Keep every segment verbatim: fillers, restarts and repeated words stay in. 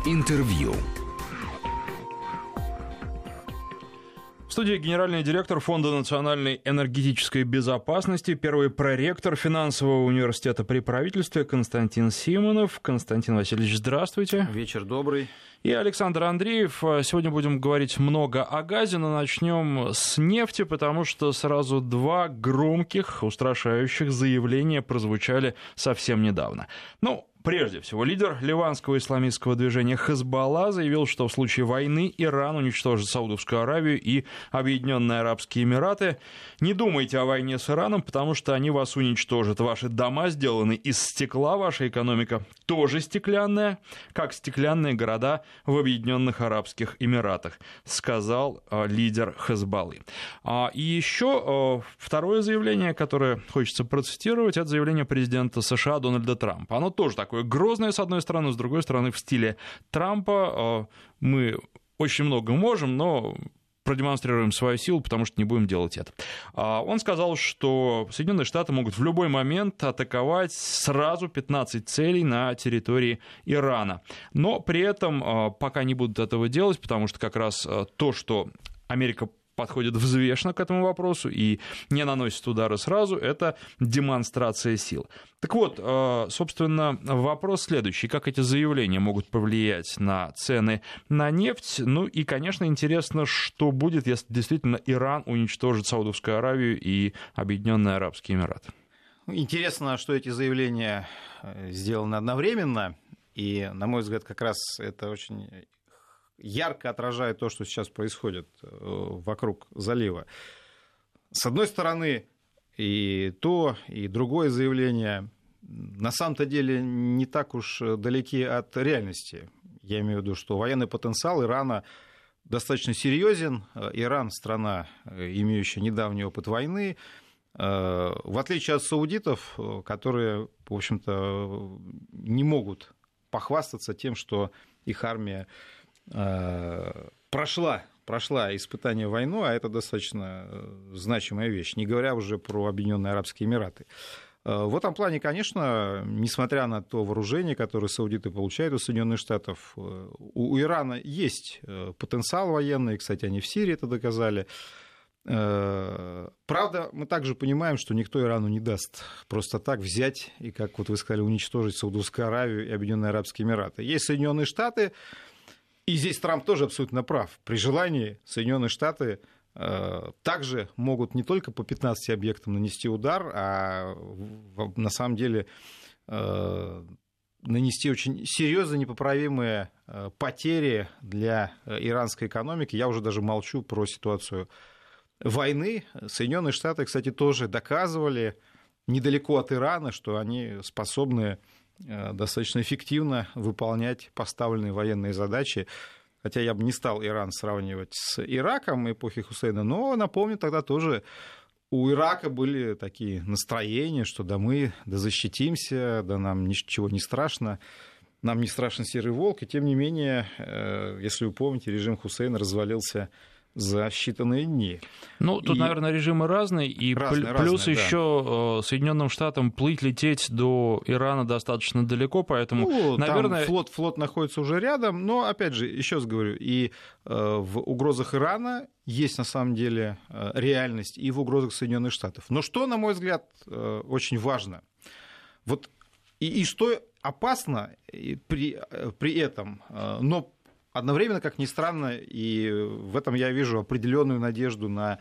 Интервью. В студии генеральный директор Фонда национальной энергетической безопасности, первый проректор финансового университета при правительстве Константин Симонов. Константин Васильевич, здравствуйте. Вечер добрый. И Александр Андреев. Сегодня будем говорить много о газе, но начнем с нефти, потому что сразу два громких, устрашающих заявления прозвучали совсем недавно. Ну, прежде всего, лидер ливанского исламистского движения Хезболла заявил, что в случае войны Иран уничтожит Саудовскую Аравию и Объединенные Арабские Эмираты. Не думайте о войне с Ираном, потому что они вас уничтожат. Ваши дома сделаны из стекла, ваша экономика тоже стеклянная, как стеклянные города в Объединенных Арабских Эмиратах, сказал э, лидер Хезболлы. А, и еще э, второе заявление, которое хочется процитировать, это заявление президента США Дональда Трампа. Оно тоже такое грозное, с одной стороны, с другой стороны, в стиле Трампа. Э, мы очень много можем, но продемонстрируем свою силу, потому что не будем делать это. Он сказал, что Соединенные Штаты могут в любой момент атаковать сразу пятнадцать целей на территории Ирана. Но при этом пока не будут этого делать, потому что как раз то, что Америка подходит взвешенно к этому вопросу и не наносит удары сразу, это демонстрация сил. Так вот, собственно, вопрос следующий. Как эти заявления могут повлиять на цены на нефть? Ну и, конечно, интересно, что будет, если действительно Иран уничтожит Саудовскую Аравию и Объединенные Арабские Эмираты. Интересно, что эти заявления сделаны одновременно, и, на мой взгляд, как раз это очень ярко отражает то, что сейчас происходит вокруг залива. С одной стороны, и то, и другое заявление на самом-то деле не так уж далеки от реальности. Я имею в виду, что военный потенциал Ирана достаточно серьезен. Иран — страна, имеющая недавний опыт войны. В отличие от саудитов, которые, в общем-то, не могут похвастаться тем, что их армия прошла, прошла испытание войну, а это достаточно значимая вещь, не говоря уже про Объединенные Арабские Эмираты. В этом плане, конечно, несмотря на то вооружение, которое саудиты получают у Соединенных Штатов, у Ирана есть потенциал военный, кстати, они в Сирии это доказали. Правда, мы также понимаем, что никто Ирану не даст просто так взять и, как вот вы сказали, уничтожить Саудовскую Аравию и Объединенные Арабские Эмираты. Есть Соединенные Штаты. И здесь Трамп тоже абсолютно прав. При желании Соединенные Штаты э, также могут не только по пятнадцати объектам нанести удар, а в, на самом деле э, нанести очень серьезные, непоправимые э, потери для иранской экономики. Я уже даже молчу про ситуацию войны. Соединенные Штаты, кстати, тоже доказывали недалеко от Ирана, что они способны достаточно эффективно выполнять поставленные военные задачи. Хотя я бы не стал Иран сравнивать с Ираком эпохи Хусейна, но напомню, тогда тоже у Ирака были такие настроения, что да мы да защитимся, да нам ничего не страшно, нам не страшен серый волк. И тем не менее, если вы помните, режим Хусейна развалился за считанные дни. Ну, тут, и... наверное, режимы разные, и разные, плюс разные, еще да. Соединенным Штатам плыть, лететь до Ирана достаточно далеко, поэтому, ну, наверное... Там флот, флот находится уже рядом, но, опять же, еще раз говорю, и э, в угрозах Ирана есть, на самом деле, э, реальность, и в угрозах Соединенных Штатов. Но что, на мой взгляд, э, очень важно, вот, и, и что опасно при, при этом, э, но одновременно, как ни странно, и в этом я вижу определенную надежду на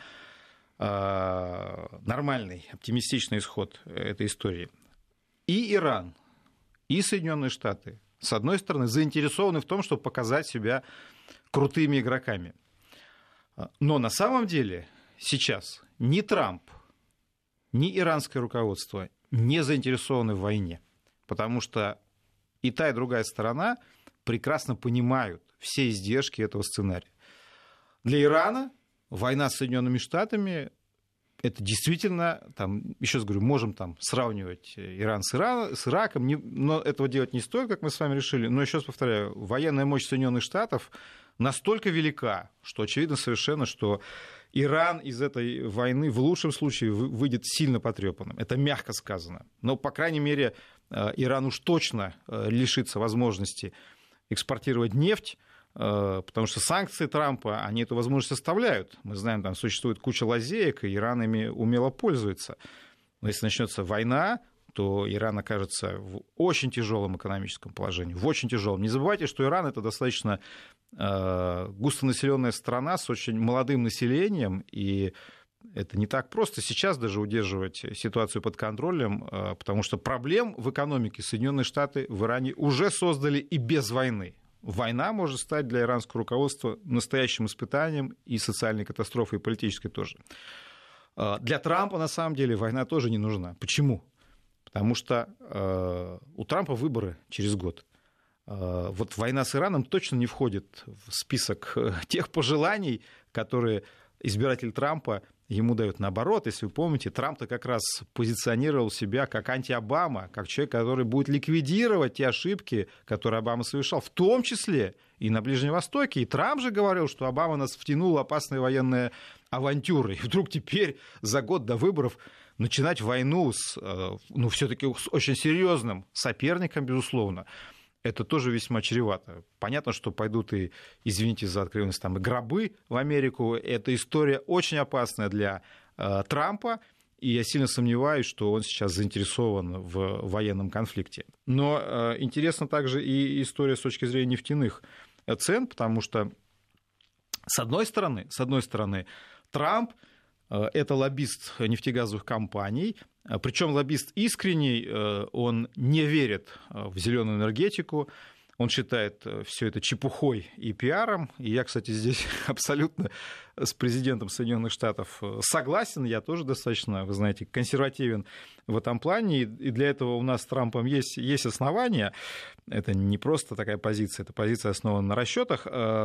э, нормальный, оптимистичный исход этой истории. И Иран, и Соединенные Штаты, с одной стороны, заинтересованы в том, чтобы показать себя крутыми игроками. Но на самом деле сейчас ни Трамп, ни иранское руководство не заинтересованы в войне, потому что и та, и другая сторона прекрасно понимают все издержки этого сценария. Для Ирана война с Соединенными Штатами — это действительно, там, еще раз говорю, можем там сравнивать Иран с, Иран, с Ираком, не, но этого делать не стоит, как мы с вами решили. Но еще раз повторяю, военная мощь Соединенных Штатов настолько велика, что очевидно совершенно, что Иран из этой войны в лучшем случае выйдет сильно потрепанным. Это мягко сказано. Но, по крайней мере, Иран уж точно лишится возможности экспортировать нефть, потому что санкции Трампа, они эту возможность оставляют. Мы знаем, там существует куча лазеек, и Иран ими умело пользуется. Но если начнется война, то Иран окажется в очень тяжелом экономическом положении, в очень тяжелом. Не забывайте, что Иран — это достаточно э, густонаселенная страна с очень молодым населением, и это не так просто сейчас даже удерживать ситуацию под контролем, э, потому что проблем в экономике Соединенные Штаты в Иране уже создали и без войны. Война может стать для иранского руководства настоящим испытанием и социальной катастрофой, и политической тоже. Э, для Трампа, на самом деле, война тоже не нужна. Почему? Потому что э, у Трампа выборы через год. Э, вот война с Ираном точно не входит в список э, тех пожеланий, которые избиратель Трампа ему дают. Наоборот, если вы помните, Трамп-то как раз позиционировал себя как анти-Обама, как человек, который будет ликвидировать те ошибки, которые Обама совершал, в том числе и на Ближнем Востоке. И Трамп же говорил, что Обама нас втянул в опасные военные авантюры. И вдруг теперь, за год до выборов, начинать войну с, ну, все-таки с очень серьезным соперником, безусловно, это тоже весьма чревато. Понятно, что пойдут и, извините за откровенность, там и гробы в Америку. Эта история очень опасная для э, Трампа, и я сильно сомневаюсь, что он сейчас заинтересован в военном конфликте. Но э, интересна также и история с точки зрения нефтяных цен, потому что, с одной стороны, с одной стороны, Трамп это лоббист нефтегазовых компаний, причем лоббист искренний, он не верит в зеленую энергетику, он считает все это чепухой и пиаром. И я, кстати, здесь абсолютно с президентом Соединенных Штатов согласен, я тоже достаточно, вы знаете, консервативен в этом плане, и для этого у нас с Трампом есть, есть основания. Это не просто такая позиция, это позиция основана на расчетах.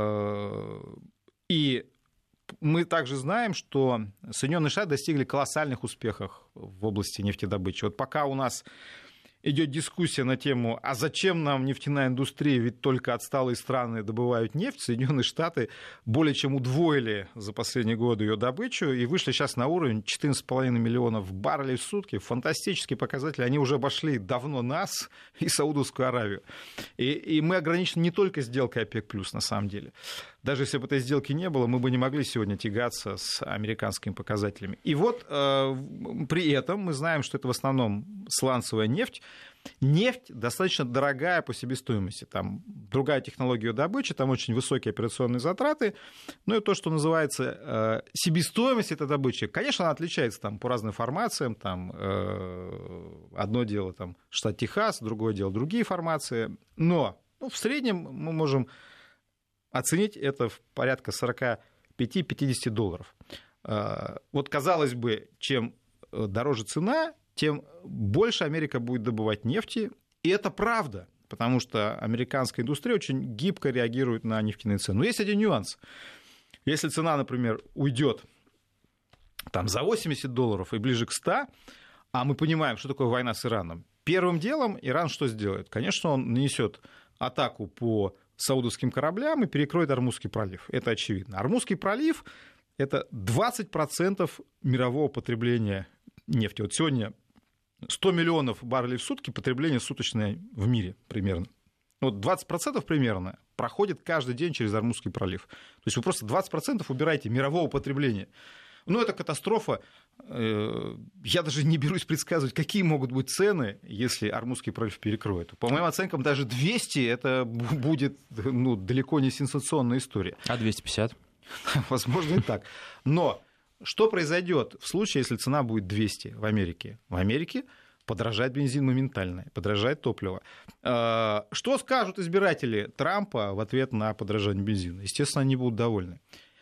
И мы также знаем, что Соединенные Штаты достигли колоссальных успехов в области нефтедобычи. Вот пока у нас идет дискуссия на тему, а зачем нам нефтяная индустрия, ведь только отсталые страны добывают нефть, Соединенные Штаты более чем удвоили за последние годы ее добычу и вышли сейчас на уровень четырнадцать с половиной миллионов баррелей в сутки. Фантастический показатель. Они уже обошли давно нас и Саудовскую Аравию. И, и мы ограничены не только сделкой ОПЕК+, на самом деле. Даже если бы этой сделки не было, мы бы не могли сегодня тягаться с американскими показателями. И вот э, при этом мы знаем, что это в основном сланцевая нефть. Нефть достаточно дорогая по себестоимости. Там другая технология добычи, там очень высокие операционные затраты. Ну и то, что называется э, себестоимость этой добычи, конечно, она отличается там, по разным формациям. Там, э, одно дело там, штат Техас, другое дело другие формации. Но ну, в среднем мы можем оценить это в порядка сорок пять - пятьдесят долларов. Вот, казалось бы, чем дороже цена, тем больше Америка будет добывать нефти. И это правда, потому что американская индустрия очень гибко реагирует на нефтяные цены. Но есть один нюанс. Если цена, например, уйдет там, за восемьдесят долларов и ближе к ста, а мы понимаем, что такое война с Ираном, первым делом Иран что сделает? Конечно, он нанесет атаку по саудовским кораблям и перекроет Ормузский пролив. Это очевидно. Ормузский пролив — это двадцать процентов мирового потребления нефти. Вот сегодня сто миллионов баррелей в сутки потребление суточное в мире примерно. Вот двадцать процентов примерно проходит каждый день через Ормузский пролив. То есть вы просто двадцать процентов убираете мирового потребления. Ну, это катастрофа. Я даже не берусь предсказывать, какие могут быть цены, если Ормузский пролив перекроет. По моим оценкам, даже двести — это будет ну, далеко не сенсационная история. А двести пятьдесят? Возможно, и так. Но что произойдет в случае, если цена будет двести в Америке? В Америке подорожает бензин моментально, подорожает топливо. Что скажут избиратели Трампа в ответ на подорожание бензина? Естественно, они будут довольны.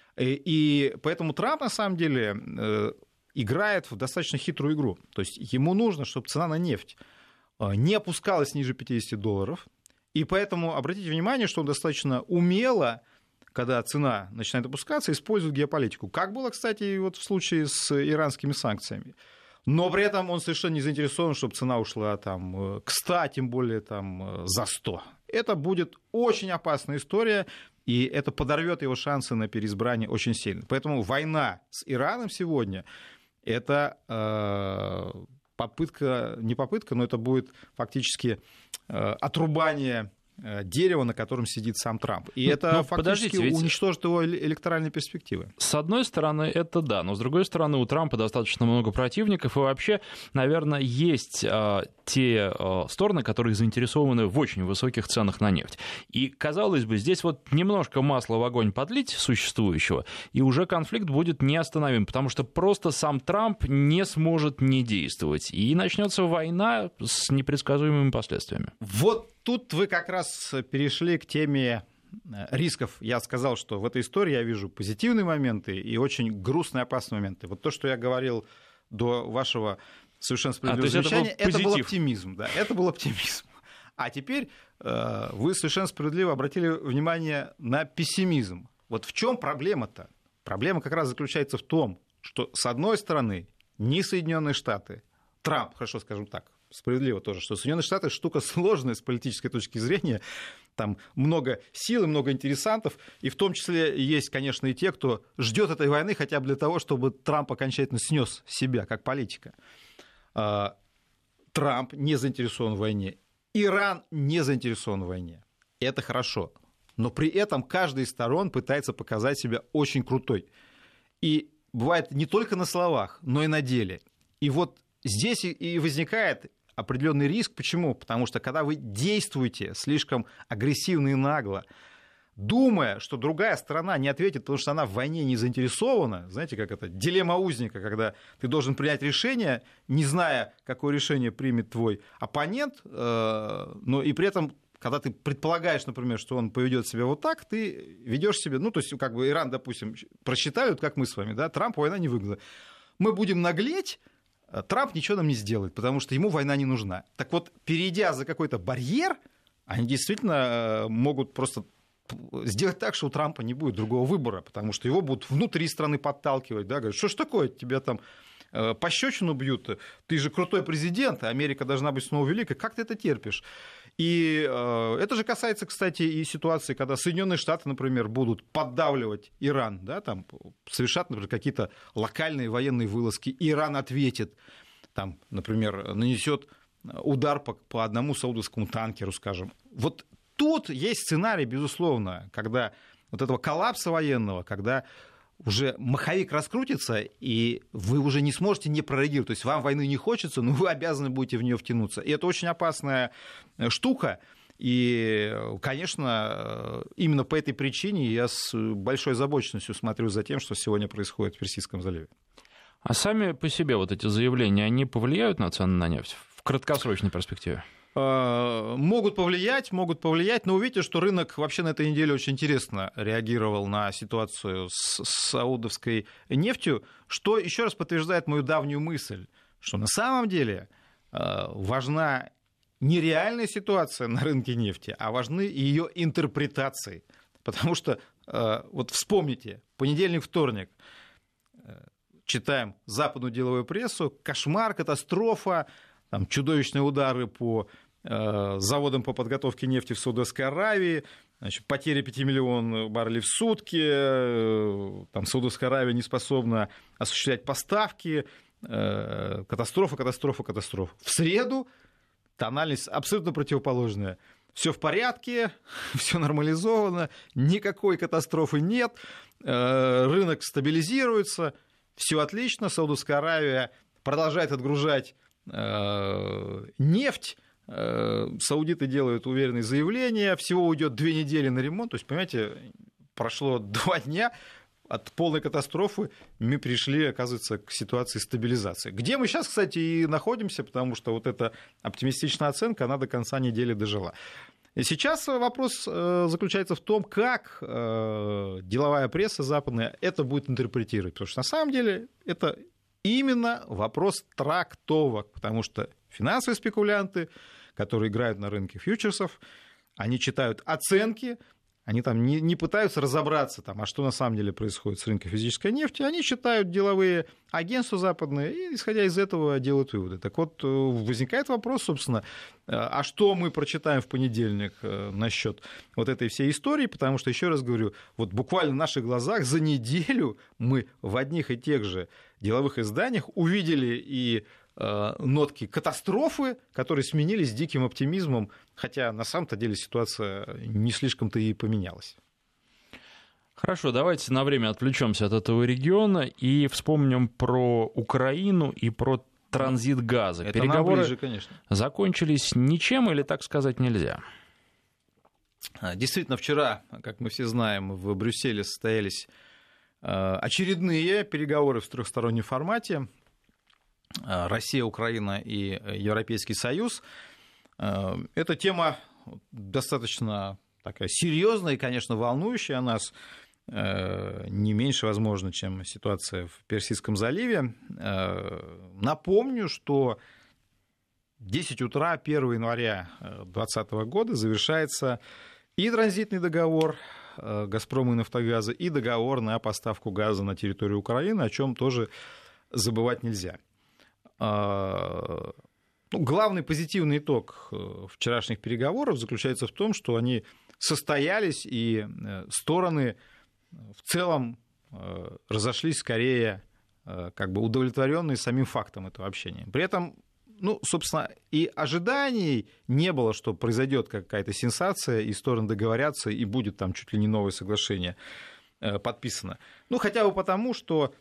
И поэтому Трамп, на самом деле, играет в достаточно хитрую игру. То есть ему нужно, чтобы цена на нефть не опускалась ниже пятьдесят долларов. И поэтому обратите внимание, что он достаточно умело, когда цена начинает опускаться, использует геополитику. Как было, кстати, вот в случае с иранскими санкциями. Но при этом он совершенно не заинтересован, чтобы цена ушла там, к ста, тем более там, за сто. Это будет очень опасная история, и это подорвет его шансы на переизбрание очень сильно. Поэтому война с Ираном сегодня — это э, попытка, не попытка, но это будет фактически э, отрубание дерево, на котором сидит сам Трамп. И это ну, фактически ведь... уничтожит его электоральные перспективы. С одной стороны, это да, но с другой стороны, у Трампа достаточно много противников, и вообще, наверное, есть а, те а, стороны, которые заинтересованы в очень высоких ценах на нефть. И, казалось бы, здесь вот немножко масла в огонь подлить существующего, и уже конфликт будет неостановим, потому что просто сам Трамп не сможет не действовать, и начнется война с непредсказуемыми последствиями. Вот тут вы как раз перешли к теме рисков. Я сказал, что в этой истории я вижу позитивные моменты и очень грустные, опасные моменты. Вот то, что я говорил до вашего совершенно справедливого а, замечания, это, это был оптимизм. Да, это был оптимизм. А теперь э, вы совершенно справедливо обратили внимание на пессимизм. Вот в чем проблема-то? Проблема как раз заключается в том, что, с одной стороны, ни Соединенные Штаты, Трамп, хорошо скажем так, справедливо тоже, что Соединенные Штаты штука сложная с политической точки зрения, там много сил и много интересантов, и в том числе есть, конечно, и те, кто ждет этой войны хотя бы для того, чтобы Трамп окончательно снес себя как политика. Трамп не заинтересован в войне, Иран не заинтересован в войне. Это хорошо, но при этом каждая из сторон пытается показать себя очень крутой. И бывает не только на словах, но и на деле. И вот здесь и возникает определенный риск. Почему? Потому что когда вы действуете слишком агрессивно и нагло, думая, что другая сторона не ответит, потому что она в войне не заинтересована, знаете, как это, дилемма узника, когда ты должен принять решение, не зная, какое решение примет твой оппонент, но и при этом, когда ты предполагаешь, например, что он поведет себя вот так, ты ведешь себя, ну, то есть, как бы Иран, допустим, просчитают, как мы с вами, да, Трампу война не выгодна. Мы будем наглеть, Трамп ничего нам не сделает, потому что ему война не нужна. Так вот, перейдя за какой-то барьер, они действительно могут просто сделать так, что у Трампа не будет другого выбора, потому что его будут внутри страны подталкивать, да, говорят, что ж такое, тебя там пощечину бьют, ты же крутой президент, Америка должна быть снова великой, как ты это терпишь? И э, это же касается, кстати, и ситуации, когда Соединенные Штаты, например, будут поддавливать Иран, да, там, совершат, например, какие-то локальные военные вылазки, Иран ответит, там, например, нанесет удар по, по одному саудовскому танкеру, скажем. Вот тут есть сценарий, безусловно, когда вот этого коллапса военного, когда уже маховик раскрутится, и вы уже не сможете не прореагировать. То есть вам войны не хочется, но вы обязаны будете в нее втянуться. И это очень опасная штука. И, конечно, именно по этой причине я с большой озабоченностью смотрю за тем, что сегодня происходит в Персидском заливе. А сами по себе вот эти заявления, они повлияют на цены на нефть в краткосрочной перспективе? Могут повлиять, могут повлиять, но увидите, что рынок вообще на этой неделе очень интересно реагировал на ситуацию с саудовской нефтью, что еще раз подтверждает мою давнюю мысль, что на самом деле важна не реальная ситуация на рынке нефти, а важны ее интерпретации. Потому что, вот вспомните, понедельник, вторник, читаем западную деловую прессу, кошмар, катастрофа, там чудовищные удары по э, заводам по подготовке нефти в Саудовской Аравии, значит, потеря пяти миллионов баррелей в сутки, э, там Саудовская Аравия не способна осуществлять поставки, э, катастрофа, катастрофа, катастрофа. В среду тональность абсолютно противоположная. Все в порядке, все нормализовано, никакой катастрофы нет, э, рынок стабилизируется, все отлично, Саудовская Аравия продолжает отгружать нефть, саудиты делают уверенные заявления, всего уйдет две недели на ремонт, то есть, понимаете, прошло два дня, от полной катастрофы мы пришли, оказывается, к ситуации стабилизации. Где мы сейчас, кстати, и находимся, потому что вот эта оптимистичная оценка, она до конца недели дожила. И сейчас вопрос заключается в том, как деловая пресса западная это будет интерпретировать, потому что на самом деле это именно вопрос трактовок, потому что финансовые спекулянты, которые играют на рынке фьючерсов, они читают оценки, они там не, не пытаются разобраться, там, а что на самом деле происходит с рынком физической нефти, они читают деловые агентства западные и, исходя из этого, делают выводы. Так вот, возникает вопрос, собственно, а что мы прочитаем в понедельник насчет вот этой всей истории, потому что, еще раз говорю, вот буквально в наших глазах за неделю мы в одних и тех же деловых изданиях увидели и нотки катастрофы, которые сменились диким оптимизмом, хотя на самом-то деле ситуация не слишком-то и поменялась. Хорошо, давайте на время отвлечемся от этого региона и вспомним про Украину и про транзит газа. Это Переговоры нам ближе, конечно. Закончились ничем или так сказать нельзя? Действительно, вчера, как мы все знаем, в Брюсселе состоялись очередные переговоры в трехстороннем формате. Россия, Украина и Европейский Союз. Эта тема достаточно такая серьезная и, конечно, волнующая нас. Не меньше, возможно, чем ситуация в Персидском заливе. Напомню, что в десять утра первого января две тысячи двадцатого года завершается и транзитный договор «Газпрома» и «Нафтогаза», и договор на поставку газа на территорию Украины, о чем тоже забывать нельзя. Ну, главный позитивный итог вчерашних переговоров заключается в том, что они состоялись, и стороны в целом разошлись скорее как бы удовлетворенные самим фактом этого общения. При этом, ну, собственно, и ожиданий не было, что произойдет какая-то сенсация, и стороны договорятся, и будет там чуть ли не новое соглашение подписано. Ну, хотя бы потому, что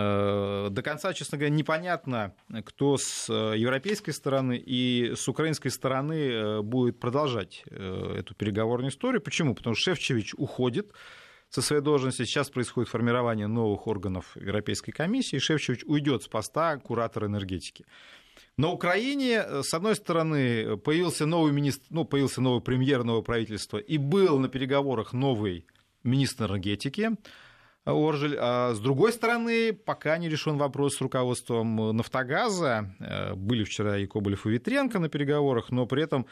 до конца, честно говоря, непонятно, кто с европейской стороны и с украинской стороны будет продолжать эту переговорную историю. Почему? Потому что Шефчович уходит со своей должности. Сейчас происходит формирование новых органов Европейской комиссии. Шефчович уйдет с поста куратора энергетики. На Украине, с одной стороны, появился новый министр, ну, появился новый премьер, новое правительство, и был на переговорах новый министр энергетики Оржель. А с другой стороны, пока не решен вопрос с руководством «Нафтогаза». Были вчера и Коболев, и Ветренко на переговорах, но при этом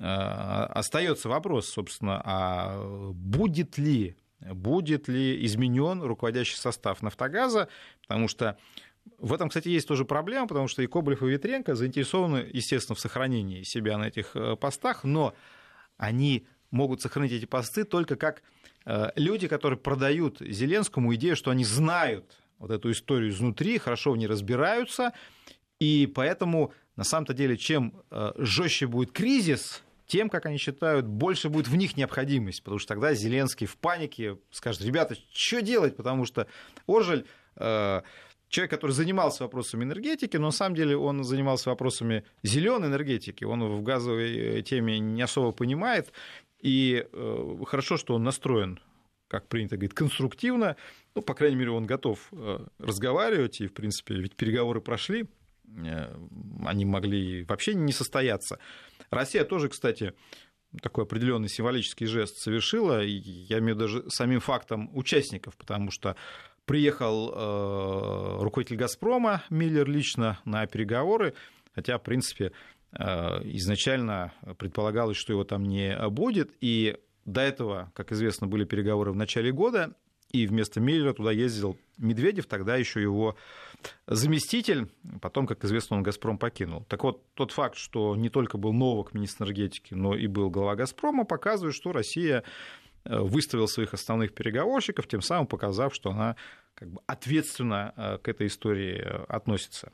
остается вопрос, собственно, а будет ли, будет ли изменен руководящий состав «Нафтогаза», потому что в этом, кстати, есть тоже проблема, потому что и Коболев, и Ветренко заинтересованы, естественно, в сохранении себя на этих постах, но они могут сохранить эти посты только как люди, которые продают Зеленскому идею, что они знают вот эту историю изнутри, хорошо в ней разбираются, и поэтому, на самом-то деле, чем жестче будет кризис, тем, как они считают, больше будет в них необходимость, потому что тогда Зеленский в панике скажет: ребята, что делать, потому что Оржель, человек, который занимался вопросами энергетики, но на самом деле он занимался вопросами зеленой энергетики, он в газовой теме не особо понимает, и э, хорошо, что он настроен, как принято говорить, конструктивно, ну, по крайней мере, он готов э, разговаривать, и, в принципе, ведь переговоры прошли, э, они могли вообще не состояться. Россия тоже, кстати, такой определенный символический жест совершила, я имею в виду даже самим фактом участников, потому что приехал э, руководитель «Газпрома» Миллер лично на переговоры, хотя, в принципе, изначально предполагалось, что его там не будет, и до этого, как известно, были переговоры в начале года, и вместо Миллера туда ездил Медведев, тогда еще его заместитель, потом, как известно, он «Газпром» покинул. Так вот, тот факт, что не только был Новак, министр энергетики, но и был глава «Газпрома», показывает, что Россия выставила своих основных переговорщиков, тем самым показав, что она как бы ответственно к этой истории относится.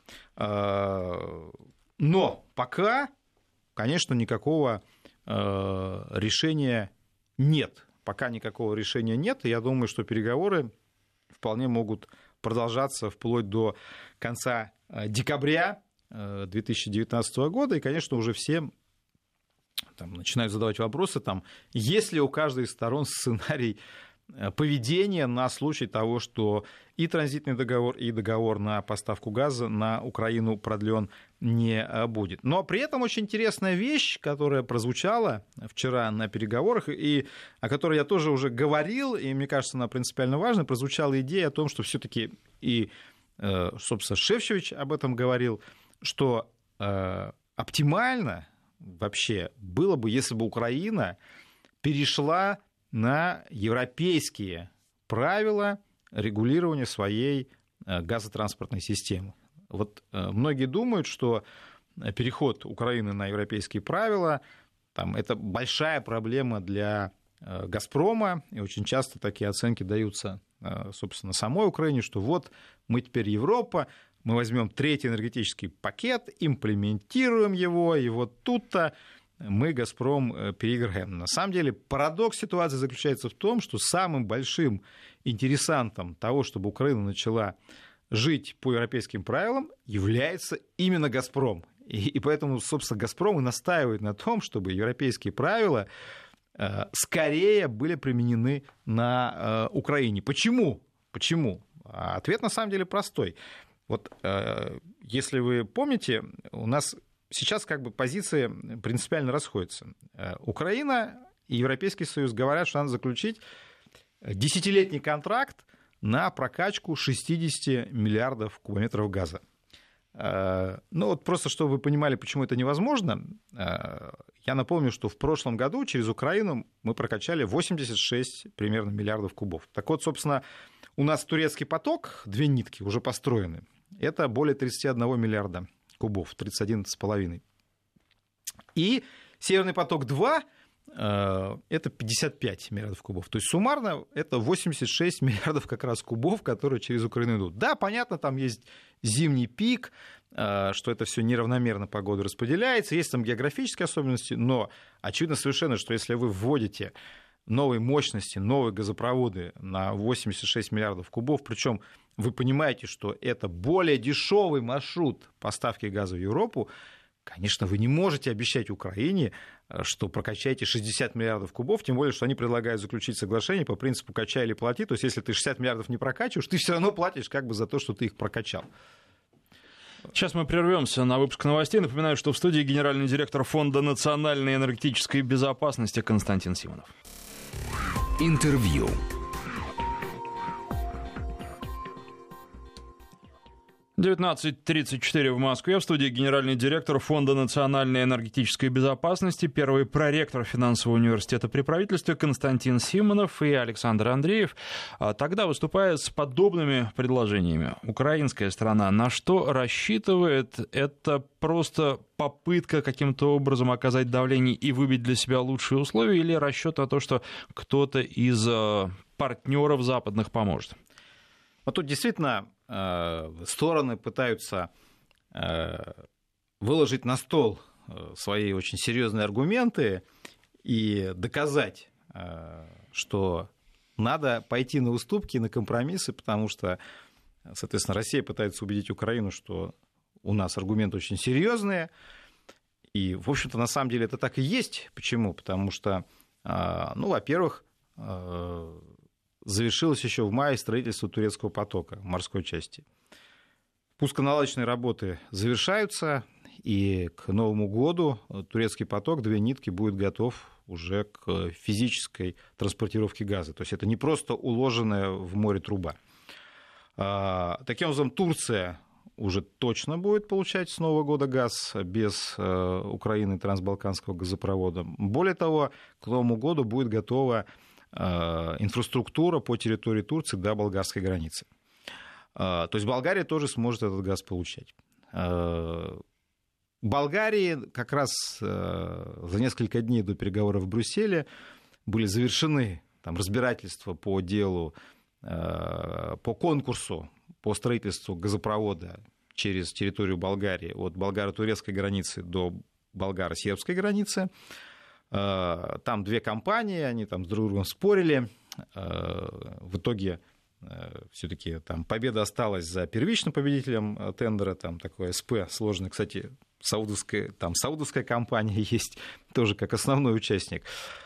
Но пока, конечно, никакого э, решения нет. Пока никакого решения нет, и я думаю, что переговоры вполне могут продолжаться вплоть до конца декабря две тысячи девятнадцатого года. И, конечно, уже все там начинают задавать вопросы, там, есть ли у каждой из сторон сценарий поведения на случай того, что и транзитный договор, и договор на поставку газа на Украину продлен не будет. Но при этом очень интересная вещь, которая прозвучала вчера на переговорах, и о которой я тоже уже говорил, и мне кажется, она принципиально важна, прозвучала идея о том, что все-таки и, собственно, Шефчович об этом говорил, что оптимально вообще было бы, если бы Украина перешла на европейские правила регулирования своей газотранспортной системы. Вот многие думают, что переход Украины на европейские правила там, это большая проблема для «Газпрома», и очень часто такие оценки даются, собственно, самой Украине, что вот мы теперь Европа, мы возьмем третий энергетический пакет, имплементируем его, и вот тут-то мы, «Газпром», переиграем. На самом деле парадокс ситуации заключается в том, что самым большим интересантом того, чтобы Украина начала жить по европейским правилам, является именно «Газпром». И, и поэтому, собственно, «Газпром» и настаивает на том, чтобы европейские правила э, скорее были применены на э, Украине. Почему? Почему? Ответ на самом деле простой. Вот э, если вы помните, у нас сейчас как бы позиции принципиально расходятся. Украина и Европейский Союз говорят, что надо заключить десятилетний контракт на прокачку шестьдесят миллиардов кубометров газа. Ну вот просто, чтобы вы понимали, почему это невозможно, я напомню, что в прошлом году через Украину мы прокачали восемьдесят шесть примерно миллиардов кубов. Так вот, собственно, у нас турецкий поток, две нитки уже построены, это более тридцать один миллиарда кубов, тридцать один с половиной. И «Северный поток-два» это пятьдесят пять миллиардов кубов. То есть суммарно это восемьдесят шесть миллиардов как раз кубов, которые через Украину идут. Да, понятно, там есть зимний пик, что это все неравномерно по году распределяется, есть там географические особенности, но очевидно совершенно, что если вы вводите новые мощности, новые газопроводы на восемьдесят шесть миллиардов кубов, причем вы понимаете, что это более дешевый маршрут поставки газа в Европу, конечно, вы не можете обещать Украине, что прокачаете шестьдесят миллиардов кубов, тем более, что они предлагают заключить соглашение по принципу «качай или плати». То есть, если ты шестьдесят миллиардов не прокачиваешь, ты все равно платишь как бы за то, что ты их прокачал. Сейчас мы прервемся на выпуск новостей. Напоминаю, что в студии генеральный директор Фонда национальной энергетической безопасности Константин Симонов. Интервью. девятнадцать тридцать четыре в Москве. В студии генеральный директор Фонда национальной энергетической безопасности, первый проректор финансового университета при правительстве Константин Симонов и Александр Андреев. Тогда, выступая с подобными предложениями, украинская сторона на что рассчитывает? Это просто попытка каким-то образом оказать давление и выбить для себя лучшие условия, или расчет на то, что кто-то из партнеров западных поможет? Вот тут действительно стороны пытаются выложить на стол свои очень серьезные аргументы и доказать, что надо пойти на уступки, на компромиссы, потому что, соответственно, Россия пытается убедить Украину, что у нас аргументы очень серьезные. И, в общем-то, на самом деле это так и есть. Почему? Потому что, ну, во-первых, завершилось еще в мае строительство турецкого потока в морской части. Пусконаладочные работы завершаются, и к Новому году турецкий поток, две нитки, будет готов уже к физической транспортировке газа. То есть это не просто уложенная в море труба. Таким образом, Турция уже точно будет получать с Нового года газ без Украины трансбалканского газопровода. Более того, к Новому году будет готова инфраструктура по территории Турции до болгарской границы. То есть Болгария тоже сможет этот газ получать. В Болгарии как раз за несколько дней до переговоров в Брюсселе были завершены там разбирательства по делу, по конкурсу по строительству газопровода через территорию Болгарии от болгаро-турецкой границы до болгаро-сербской границы. Там две компании, они там с друг другом спорили. В итоге все-таки там победа осталась за первичным победителем тендера. Там такое СП сложное, кстати, саудовская, там саудовская компания есть тоже как основной участник.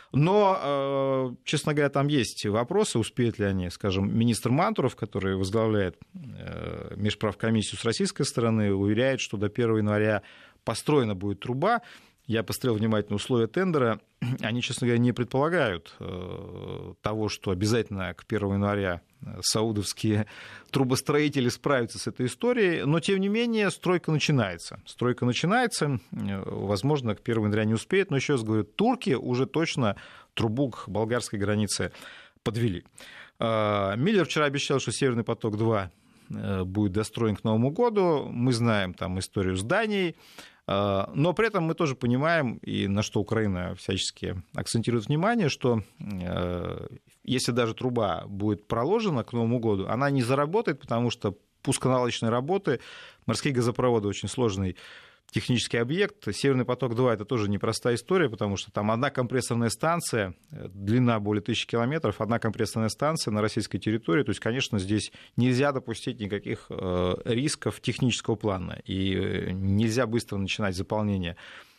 Но, честно говоря, там есть вопросы, успеют ли они, скажем, министр Мантуров, который возглавляет межправкомиссию с российской стороны, уверяет, что до первого января построена будет труба. Я посмотрел внимательно условия тендера. Они, честно говоря, не предполагают того, что обязательно к первому января саудовские трубостроители справятся с этой историей. Но, тем не менее, стройка начинается. Стройка начинается. Возможно, к первому января не успеет. Но, еще раз говорю, турки уже точно трубу к болгарской границе подвели. Миллер вчера обещал, что «Северный поток-два» будет достроен к Новому году. Мы знаем там историю с Данией. Но при этом мы тоже понимаем, и на что Украина всячески акцентирует внимание, что если даже труба будет проложена к Новому году, она не заработает, потому что пусконаладочные работы, морские газопроводы очень сложный технический объект. Северный поток-два — это тоже непростая история, потому что там одна компрессорная станция, длина более тысячи километров, одна компрессорная станция на российской территории. То есть, конечно, здесь нельзя допустить никаких рисков технического плана. И нельзя быстро начинать заполнение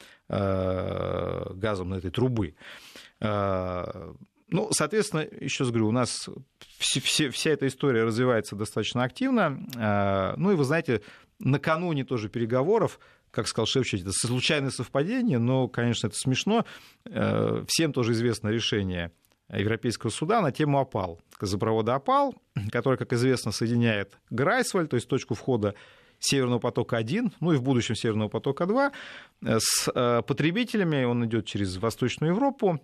газом на этой трубы. Ну, соответственно, еще раз говорю, у нас все, все, вся эта история развивается достаточно активно. Ну и вы знаете, накануне тоже переговоров, как сказал Шефчович, это случайное совпадение, но, конечно, это смешно. Всем тоже известно решение Европейского суда на тему ОПАЛ, газопровода ОПАЛ, который, как известно, соединяет Грайсвальд, то есть точку входа Северного потока-один, ну и в будущем Северного потока-два, с потребителями. Он идет через Восточную Европу.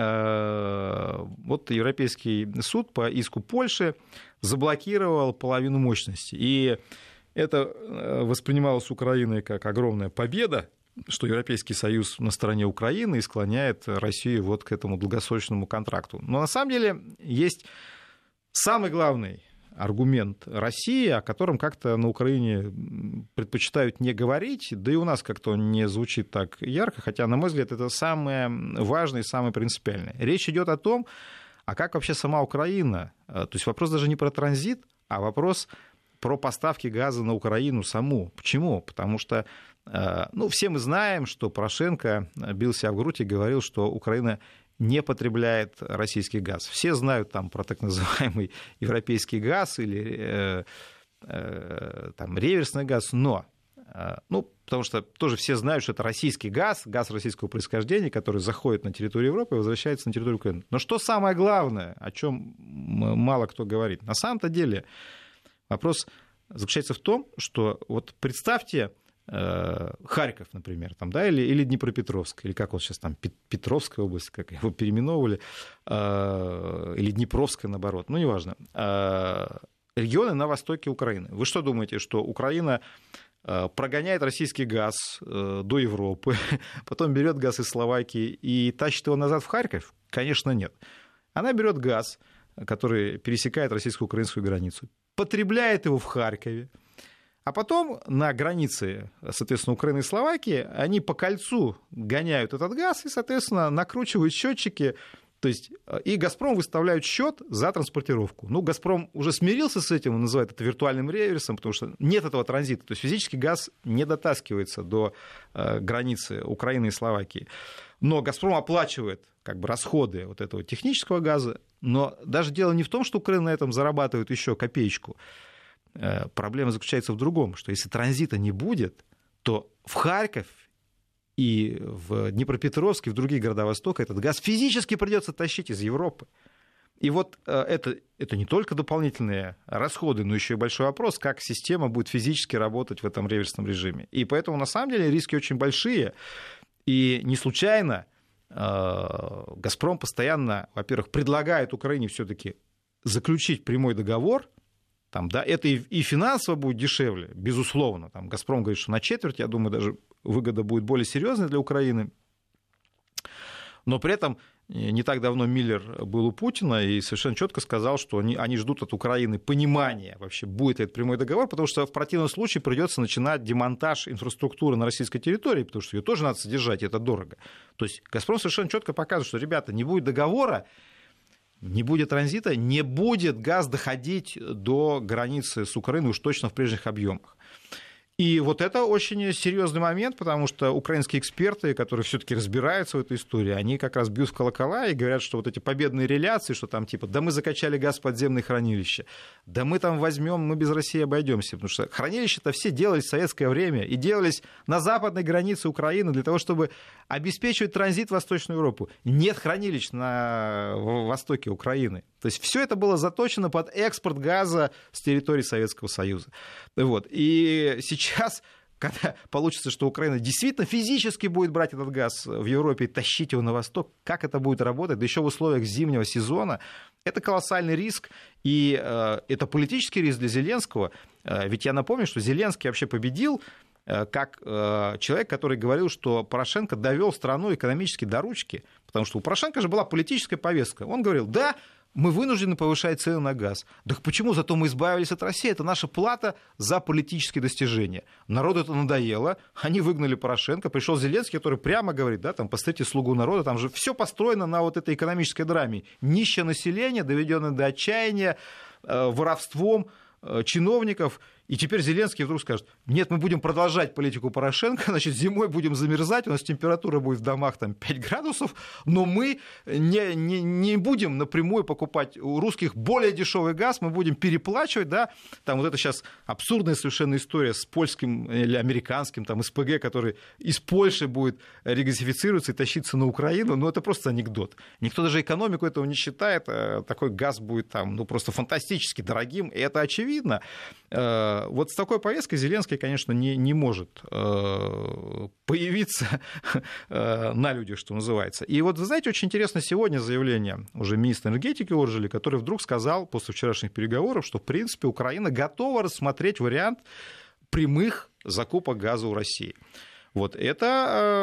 Вот Европейский суд по иску Польши заблокировал половину мощности. И это воспринималось Украиной как огромная победа, что Европейский Союз на стороне Украины и склоняет Россию вот к этому долгосрочному контракту. Но на самом деле есть самый главный аргумент России, о котором как-то на Украине предпочитают не говорить, да и у нас как-то он не звучит так ярко, хотя, на мой взгляд, это самое важное и самое принципиальное. Речь идет о том, а как вообще сама Украина, то есть вопрос даже не про транзит, а вопрос про поставки газа на Украину саму. Почему? Потому что, ну, все мы знаем, что Порошенко бил себя в грудь и говорил, что Украина не потребляет российский газ. Все знают там про так называемый европейский газ или э, э, там, реверсный газ, но, э, ну, потому что тоже все знают, что это российский газ, газ российского происхождения, который заходит на территорию Европы и возвращается на территорию Украины. Но что самое главное, о чем мало кто говорит? На самом-то деле вопрос заключается в том, что вот представьте, Харьков, например, там, да, или, или Днепропетровск, или как вот сейчас там Петровская область, как его переименовывали, или Днепровская, наоборот, ну, неважно. Регионы на востоке Украины. Вы что думаете, что Украина прогоняет российский газ до Европы, потом берет газ из Словакии и тащит его назад в Харьков? Конечно, нет. Она берет газ, который пересекает российско-украинскую границу, потребляет его в Харькове, а потом на границе, соответственно, Украины и Словакии они по кольцу гоняют этот газ и, соответственно, накручивают счетчики. То есть и «Газпром» выставляют счет за транспортировку. Ну, «Газпром» уже смирился с этим, он называет это виртуальным реверсом, потому что нет этого транзита. То есть физически газ не дотаскивается до э, границы Украины и Словакии. Но «Газпром» оплачивает как бы расходы вот этого технического газа. Но даже дело не в том, что Украина на этом зарабатывает еще копеечку. Проблема заключается в другом, что если транзита не будет, то в Харьков и в Днепропетровск и в другие города Востока этот газ физически придется тащить из Европы. И вот это, это не только дополнительные расходы, но еще и большой вопрос, как система будет физически работать в этом реверсном режиме. И поэтому, на самом деле, риски очень большие. И не случайно «Газпром» постоянно, во-первых, предлагает Украине все-таки заключить прямой договор. Там, да, это и, и финансово будет дешевле, безусловно. Там «Газпром» говорит, что на четверть, я думаю, даже выгода будет более серьезной для Украины. Но при этом не так давно Миллер был у Путина и совершенно четко сказал, что они, они ждут от Украины понимания, вообще, будет ли это прямой договор, потому что в противном случае придется начинать демонтаж инфраструктуры на российской территории, потому что ее тоже надо содержать, и это дорого. То есть «Газпром» совершенно четко показывает, что, ребята, не будет договора, не будет транзита, не будет газ доходить до границы с Украиной уж точно в прежних объемах. И вот это очень серьезный момент, потому что украинские эксперты, которые все-таки разбираются в этой истории, они как раз бьют в колокола и говорят, что вот эти победные реляции, что там типа, да мы закачали газ в подземные хранилища, да мы там возьмем, мы без России обойдемся, потому что хранилища-то все делались в советское время и делались на западной границе Украины для того, чтобы обеспечивать транзит в Восточную Европу. Нет хранилищ на востоке Украины. То есть все это было заточено под экспорт газа с территории Советского Союза. Вот. И сейчас, когда получится, что Украина действительно физически будет брать этот газ в Европе и тащить его на восток, как это будет работать, да еще в условиях зимнего сезона, это колоссальный риск. И э, это политический риск для Зеленского. Э, ведь я напомню, что Зеленский вообще победил э, как э, человек, который говорил, что Порошенко довел страну экономически до ручки. Потому что у Порошенко же была политическая повестка. Он говорил, да, мы вынуждены повышать цены на газ. Так почему? Зато мы избавились от России. Это наша плата за политические достижения. Народу это надоело. Они выгнали Порошенко. Пришел Зеленский, который прямо говорит, да, там, посмотрите «Слугу народа». Там же все построено на вот этой экономической драме. Нищее население, доведенное до отчаяния, э, воровством э, чиновников. И теперь Зеленский вдруг скажет, нет, мы будем продолжать политику Порошенко, значит, зимой будем замерзать, у нас температура будет в домах там, пять градусов, но мы не, не, не будем напрямую покупать у русских более дешевый газ, мы будем переплачивать, да, там вот это сейчас абсурдная совершенно история с польским или американским там, СПГ, который из Польши будет регазифицироваться и тащиться на Украину, ну это просто анекдот. Никто даже экономику этого не считает, такой газ будет там, ну, просто фантастически дорогим, и это очевидно. Вот с такой повесткой Зеленский, конечно, не, не может э, появиться э, на людях, что называется. И вот, вы знаете, очень интересно сегодня заявление уже министра энергетики Оржеля, который вдруг сказал после вчерашних переговоров, что, в принципе, Украина готова рассмотреть вариант прямых закупок газа у России. Вот это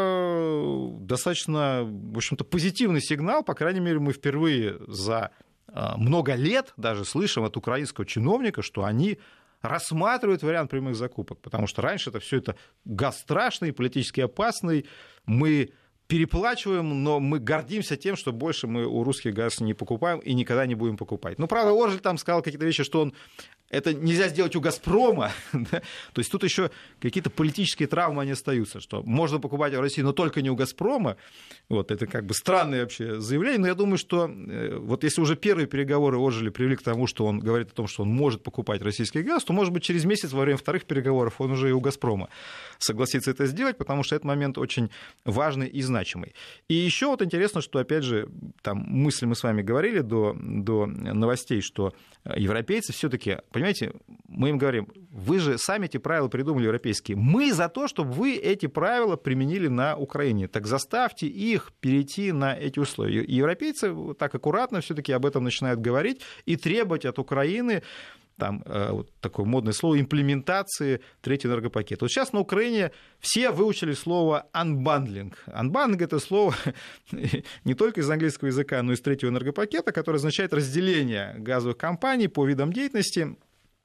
э, достаточно, в общем-то, позитивный сигнал, по крайней мере, мы впервые за э, много лет даже слышим от украинского чиновника, что они рассматривают вариант прямых закупок, потому что раньше это все это газ страшный, политически опасный, мы переплачиваем, но мы гордимся тем, что больше мы у русских газ не покупаем и никогда не будем покупать. Ну, правда, Оржель там сказал какие-то вещи, что он это нельзя сделать у «Газпрома». Да? То есть тут еще какие-то политические травмы они остаются, что можно покупать в России, но только не у «Газпрома». Вот, это как бы странное вообще заявление, но я думаю, что вот если уже первые переговоры Оржеля привели к тому, что он говорит о том, что он может покупать российский газ, то, может быть, через месяц во время вторых переговоров он уже и у «Газпрома» согласится это сделать, потому что этот момент очень важный и значимый. И еще вот интересно, что, опять же, там мысли мы с вами говорили до, до новостей, что европейцы все-таки, понимаете, мы им говорим, вы же сами эти правила придумали европейские. Мы за то, чтобы вы эти правила применили на Украине. Так заставьте их перейти на эти условия. И европейцы так аккуратно все-таки об этом начинают говорить и требовать от Украины, там вот такое модное слово, имплементации третьего энергопакета. Вот сейчас на Украине все выучили слово unbundling. Unbundling — это слово не только из английского языка, но и из третьего энергопакета, которое означает разделение газовых компаний по видам деятельности.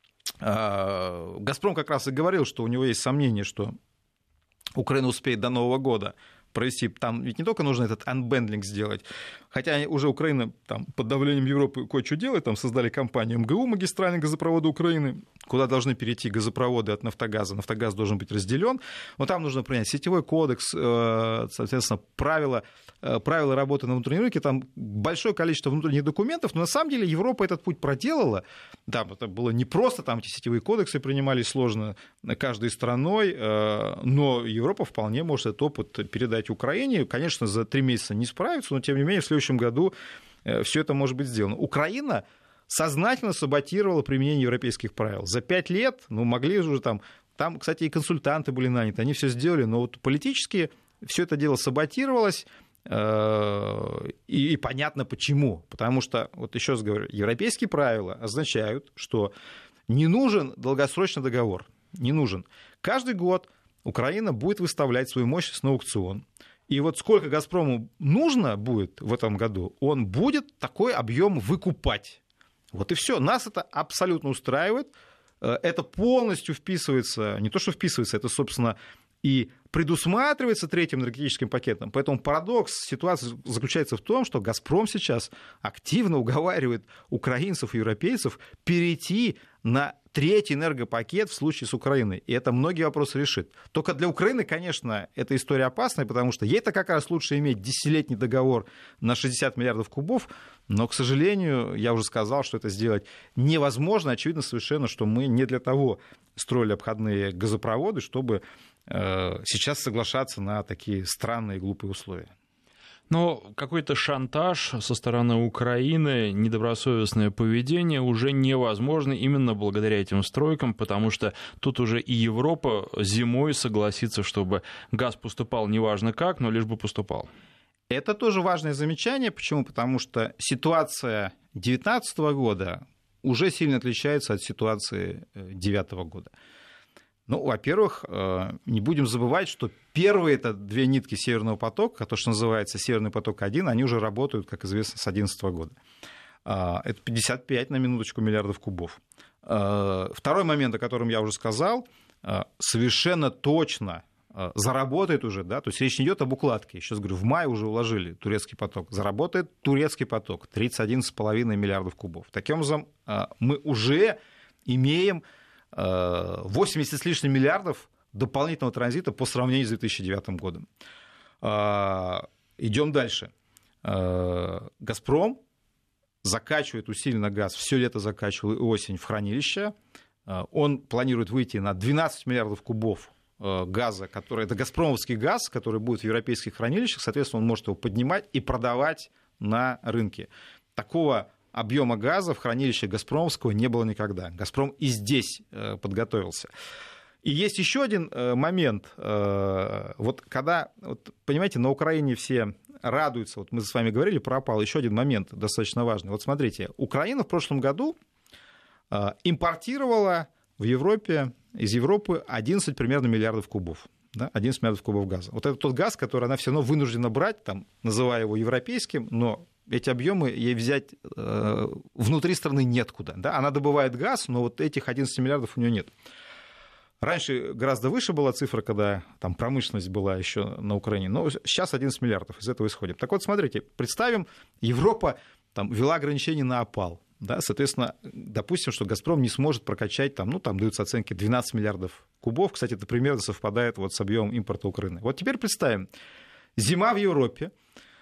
«Газпром» как раз и говорил, что у него есть сомнение, что Украина успеет до Нового года провести, там ведь не только нужно этот unbundling сделать, хотя уже Украина там, под давлением Европы кое-что делает, там создали компанию эм гэ у, магистральные газопроводы Украины, куда должны перейти газопроводы от «Нафтогаза». «Нафтогаз» должен быть разделен, но там нужно принять сетевой кодекс, соответственно, правила, правила работы на внутреннем рынке, там большое количество внутренних документов, но на самом деле Европа этот путь проделала, да, это было не просто, там эти сетевые кодексы принимались сложно каждой страной, но Европа вполне может этот опыт передать Украине. Конечно, за три месяца не справится, но, тем не менее, в следующем году все это может быть сделано. Украина сознательно саботировала применение европейских правил. За пять лет, ну, могли уже там... Там, кстати, и консультанты были наняты, они все сделали, но вот политически все это дело саботировалось, и понятно почему. Потому что, вот еще раз говорю, европейские правила означают, что не нужен долгосрочный договор, не нужен. Каждый год Украина будет выставлять свою мощность на аукцион. И вот сколько «Газпрому» нужно будет в этом году, он будет такой объем выкупать. Вот и все. Нас это абсолютно устраивает. Это полностью вписывается, не то что вписывается, это, собственно, и предусматривается третьим энергетическим пакетом. Поэтому парадокс ситуации заключается в том, что «Газпром» сейчас активно уговаривает украинцев и европейцев перейти на третий энергопакет в случае с Украиной. И это многие вопросы решит. Только для Украины, конечно, эта история опасная, потому что ей-то как раз лучше иметь десятилетний договор на шестьдесят миллиардов кубов, но, к сожалению, я уже сказал, что это сделать невозможно. Очевидно совершенно, что мы не для того строили обходные газопроводы, чтобы э, сейчас соглашаться на такие странные и глупые условия. Но какой-то шантаж со стороны Украины, недобросовестное поведение уже невозможно именно благодаря этим стройкам, потому что тут уже и Европа зимой согласится, чтобы газ поступал неважно как, но лишь бы поступал. Это тоже важное замечание. Почему? Потому что ситуация две тысячи девятнадцатого года уже сильно отличается от ситуации две тысячи девятого года. Ну, во-первых, не будем забывать, что первые это две нитки Северного потока, то, что называется Северный поток-один, они уже работают, как известно, с две тысячи одиннадцатого года. Это пятьдесят пять, на минуточку, миллиардов кубов. Второй момент, о котором я уже сказал, совершенно точно заработает уже, да, то есть речь не идет об укладке. Сейчас говорю, в мае уже уложили турецкий поток. Заработает турецкий поток тридцать один целых пять десятых миллиардов кубов. Таким образом, мы уже имеем восемьдесят с лишним миллиардов дополнительного транзита по сравнению с две тысячи девятым годом. Идем дальше. «Газпром» закачивает усиленно газ, все лето закачивал и осень в хранилище. Он планирует выйти на двенадцать миллиардов кубов газа, который, это газпромовский газ, который будет в европейских хранилищах, соответственно, он может его поднимать и продавать на рынке. Такого объема газа в хранилище газпромовского не было никогда. «Газпром» и здесь подготовился. И есть еще один момент. Вот когда, вот, понимаете, на Украине все радуются, вот мы с вами говорили про опал, еще один момент достаточно важный. Вот смотрите, Украина в прошлом году импортировала в Европе, из Европы одиннадцать примерно миллиардов кубов. Да, одиннадцать миллиардов кубов газа. Вот это тот газ, который она все равно вынуждена брать, там, называя его европейским, но эти объемы ей взять э, внутри страны неоткуда. Да? Она добывает газ, но вот этих одиннадцать миллиардов у нее нет. Раньше гораздо выше была цифра, когда там промышленность была еще на Украине, но сейчас одиннадцать миллиардов, из этого исходим. Так вот, смотрите, представим, Европа там ввела ограничения на опал. Да, соответственно, допустим, что «Газпром» не сможет прокачать, там, ну, там даются оценки двенадцать миллиардов кубов. Кстати, это примерно совпадает вот с объемом импорта Украины. Вот теперь представим, зима в Европе.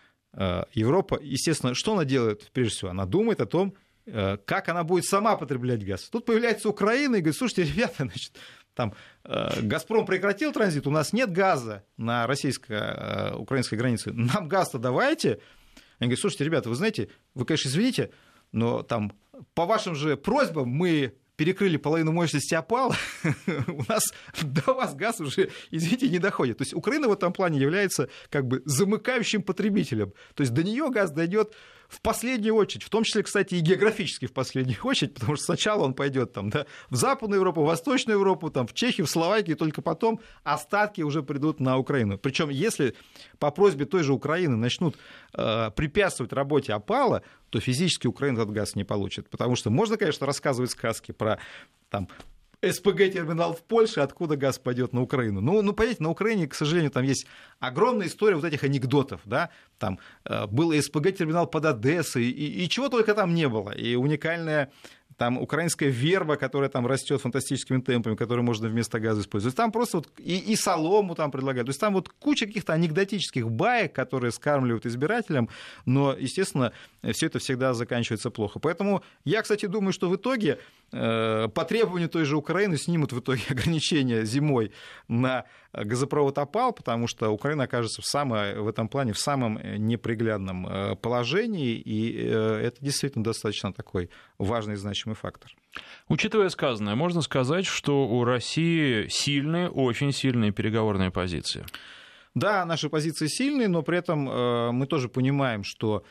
Европа, естественно, что она делает прежде всего? Она думает о том, как она будет сама потреблять газ. Тут появляется Украина и говорит, слушайте, ребята, значит, там, «Газпром» прекратил транзит, у нас нет газа на российско-украинской границе, нам газ-то давайте. Они говорят, слушайте, ребята, вы знаете, вы, конечно, извините, но там по вашим же просьбам мы перекрыли половину мощности опала, у нас до вас газ уже, извините, не доходит. То есть Украина в этом плане является как бы замыкающим потребителем. То есть до нее газ дойдет в последнюю очередь, в том числе, кстати, и географически в последнюю очередь, потому что сначала он пойдет там, да, в Западную Европу, в Восточную Европу, там, в Чехию, в Словакию, и только потом остатки уже придут на Украину. Причем, если по просьбе той же Украины начнут э, препятствовать работе опала, то физически Украина этот газ не получит. Потому что можно, конечно, рассказывать сказки про там, СПГ-терминал в Польше, откуда газ пойдет на Украину. Ну, ну, понимаете, на Украине, к сожалению, там есть огромная история вот этих анекдотов, да, там э, был СПГ-терминал под Одессой, и, и чего только там не было, и уникальная там украинская верба, которая там растет фантастическими темпами, которую можно вместо газа использовать. Там просто вот и, и солому там предлагают. То есть там вот куча каких-то анекдотических баек, которые скармливают избирателям, но, естественно, все это всегда заканчивается плохо. Поэтому я, кстати, думаю, что в итоге э, по требованию той же Украины снимут в итоге ограничения зимой на газопровод «Опал», потому что Украина окажется в, самое, в этом плане в самом неприглядном положении, и это действительно достаточно такой важный и значимый фактор. Учитывая сказанное, можно сказать, что у России сильные, очень сильные переговорные позиции. Да, наши позиции сильные, но при этом мы тоже понимаем, что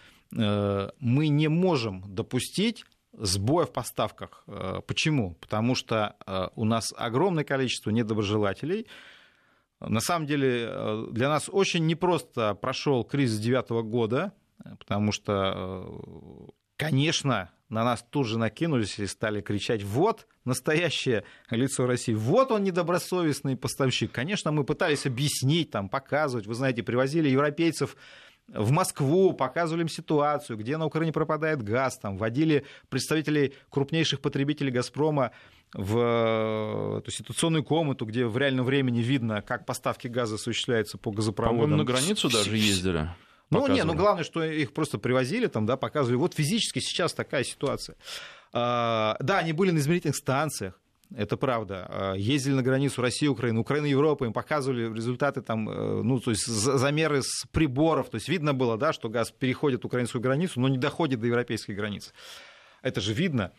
мы не можем допустить сбоя в поставках. Почему? Потому что у нас огромное количество недоброжелателей. На самом деле для нас очень непросто прошел кризис девятого года, потому что, конечно, на нас тут же накинулись и стали кричать: вот настоящее лицо России, вот он недобросовестный поставщик. Конечно, мы пытались объяснить, там, показывать, вы знаете, привозили европейцев в Москву, показывали им ситуацию, где на Украине пропадает газ, там, водили представителей крупнейших потребителей «Газпрома» в эту ситуационную комнату, где в реальном времени видно, как поставки газа осуществляются по газопроводам. По-моему, на границу даже ездили. Ну, не, ну, главное, что их просто привозили, там, да, показывали. Вот физически сейчас такая ситуация. А, да, они были на измерительных станциях, это правда. Ездили на границу России, Украины, Украины, Европы, им показывали результаты, там, ну, то есть замеры с приборов. То есть видно было, да, что газ переходит украинскую границу, но не доходит до европейской границы. Это же видно.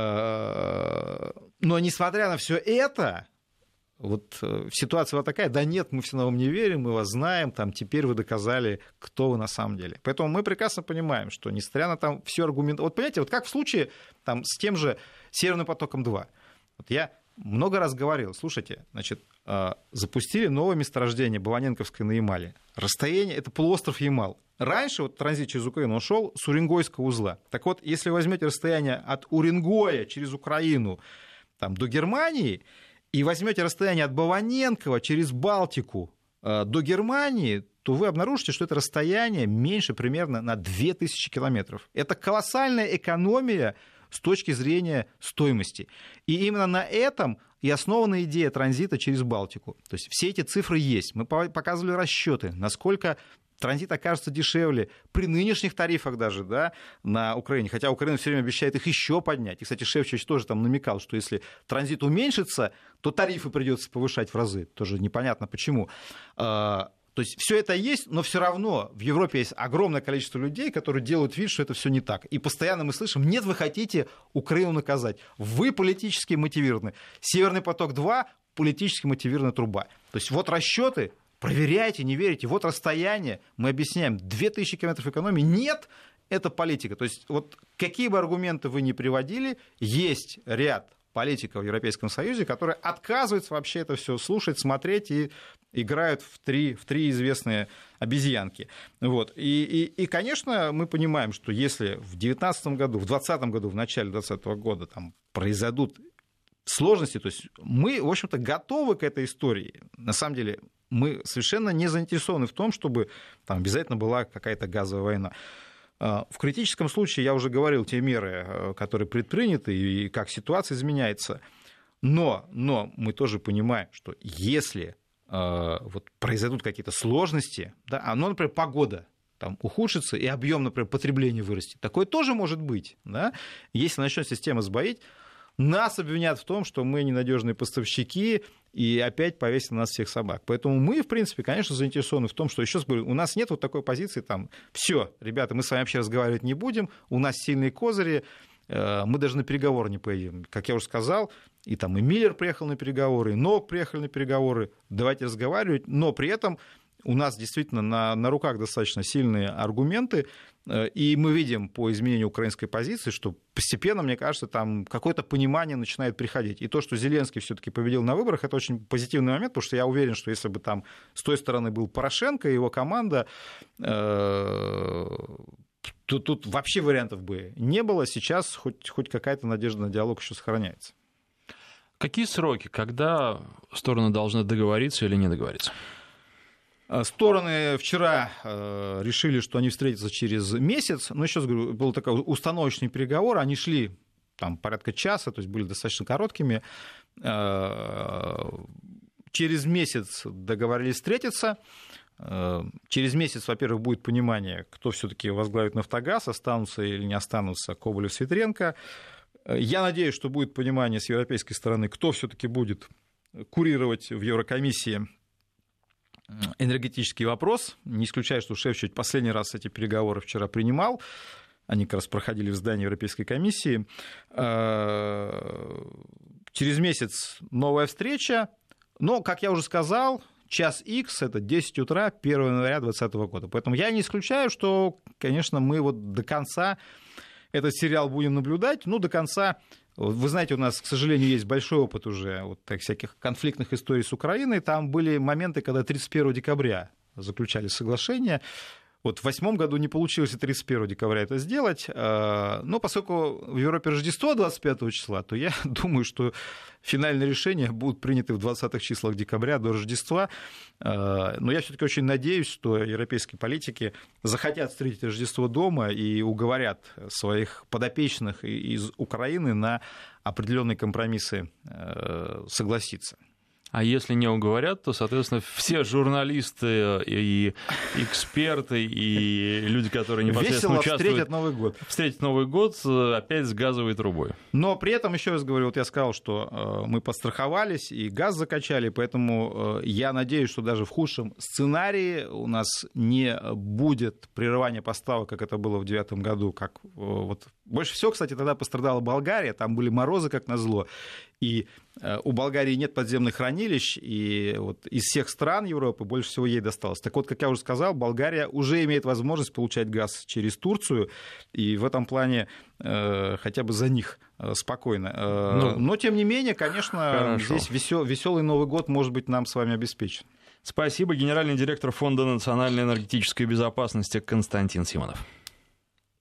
Но несмотря на все это, вот ситуация вот такая: да нет, мы все равно вам не верим, мы вас знаем, там, теперь вы доказали, кто вы на самом деле. Поэтому мы прекрасно понимаем, что несмотря на там все аргументы... Вот понимаете, вот как в случае там, с тем же «Северным потоком-два». Вот я много раз говорил, слушайте, значит, запустили новое месторождение Баваненковское на Ямале. Расстояние — это полуостров Ямал. раньше вот транзит через Украину он шел с Уренгойского узла. Так вот, если возьмете расстояние от Уренгоя через Украину там, до Германии, и возьмете расстояние от Баваненкова через Балтику э, до Германии, то вы обнаружите, что это расстояние меньше примерно на две тысячи километров. Это колоссальная экономия с точки зрения стоимости. И именно на этом и основана идея транзита через Балтику. То есть все эти цифры есть. Мы показывали расчеты, насколько транзит окажется дешевле при нынешних тарифах даже, да, на Украине. Хотя Украина все время обещает их еще поднять. И, кстати, Шефчович тоже там намекал, что если транзит уменьшится, то тарифы придется повышать в разы. Тоже непонятно почему. То есть все это есть, но все равно в Европе есть огромное количество людей, которые делают вид, что это все не так. И постоянно мы слышим: нет, вы хотите Украину наказать. Вы политически мотивированы. Северный поток-два политически мотивированная труба. То есть вот расчеты. Проверяйте, не верите. Вот расстояние, мы объясняем, две тысячи километров экономии. Нет, это политика. То есть вот какие бы аргументы вы ни приводили, есть ряд политиков в Европейском Союзе, которые отказываются вообще это все слушать, смотреть и играют в три, в три известные обезьянки. Вот. И, и, и, конечно, мы понимаем, что если в две тысячи девятнадцатом году, в две тысячи двадцатом году, в начале две тысячи двадцатого года там произойдут сложности, то есть мы, в общем-то, готовы к этой истории. На самом деле мы совершенно не заинтересованы в том, чтобы там обязательно была какая-то газовая война. В критическом случае, я уже говорил, те меры, которые предприняты, и как ситуация изменяется. Но, но мы тоже понимаем, что если вот, произойдут какие-то сложности, да, оно, например, погода там ухудшится, и объем, например, потребления вырастет. Такое тоже может быть. Да? Если начнет система сбоить, нас обвинят в том, что мы ненадежные поставщики, и опять повесят на нас всех собак. Поэтому мы, в принципе, конечно, заинтересованы в том, что, еще раз говорю, у нас нет вот такой позиции, там, все, ребята, мы с вами вообще разговаривать не будем, у нас сильные козыри, мы даже на переговоры не поедем. Как я уже сказал, и там и Миллер приехал на переговоры, и Нок приехали на переговоры, давайте разговаривать, но при этом у нас действительно на, на руках достаточно сильные аргументы, и мы видим по изменению украинской позиции, что постепенно, мне кажется, там какое-то понимание начинает приходить. И то, что Зеленский все-таки победил на выборах, это очень позитивный момент, потому что я уверен, что если бы там с той стороны был Порошенко и его команда, то тут вообще вариантов бы не было. Сейчас хоть, хоть какая-то надежда на диалог еще сохраняется. Какие сроки, когда стороны должны договориться или не договориться? Стороны вчера решили, что они встретятся через месяц. Но еще раз говорю, был такой установочный переговор. Они шли там порядка часа, то есть были достаточно короткими. Через месяц договорились встретиться. Через месяц, во-первых, будет понимание, кто все-таки возглавит «Нафтогаз», останутся или не останутся Коболев, Светренко. Я надеюсь, что будет понимание с европейской стороны, кто все-таки будет курировать в Еврокомиссии энергетический вопрос. Не исключаю, что Шефчович последний раз эти переговоры вчера принимал. Они как раз проходили в здании Европейской комиссии. Через месяц новая встреча. Но, как я уже сказал, час икс, это десять утра, первого января две тысячи двадцатого года. Поэтому я не исключаю, что, конечно, мы вот до конца этот сериал будем наблюдать. Ну, до конца. Вы знаете, у нас, к сожалению, есть большой опыт уже вот так, всяких конфликтных историй с Украиной. Там были моменты, когда тридцать первого декабря заключали соглашение. Вот в восьмом году не получилось и тридцать первого декабря это сделать. Но поскольку в Европе Рождество двадцать пятого числа, то я думаю, что финальные решения будут приняты в двадцатых числах декабря до Рождества. Но я все-таки очень надеюсь, что европейские политики захотят встретить Рождество дома и уговорят своих подопечных из Украины на определенные компромиссы согласиться. А если не уговорят, то, соответственно, все журналисты и эксперты, и люди, которые непосредственно весело участвуют... встретят Новый год. Встретят Новый год опять с газовой трубой. Но при этом, еще раз говорю, вот я сказал, что мы подстраховались и газ закачали, поэтому я надеюсь, что даже в худшем сценарии у нас не будет прерывания поставок, как это было в девятом году. Как, вот. Больше всего, кстати, тогда пострадала Болгария, там были морозы, как назло, и у Болгарии нет подземных хранилищ, и вот из всех стран Европы больше всего ей досталось. Так вот, как я уже сказал, Болгария уже имеет возможность получать газ через Турцию, и в этом плане э, хотя бы за них э, спокойно. Э, ну, но, тем не менее, конечно, хорошо. Здесь весел, веселый Новый год, может быть, нам с вами обеспечен. Спасибо. Генеральный директор Фонда национальной энергетической безопасности Константин Симонов.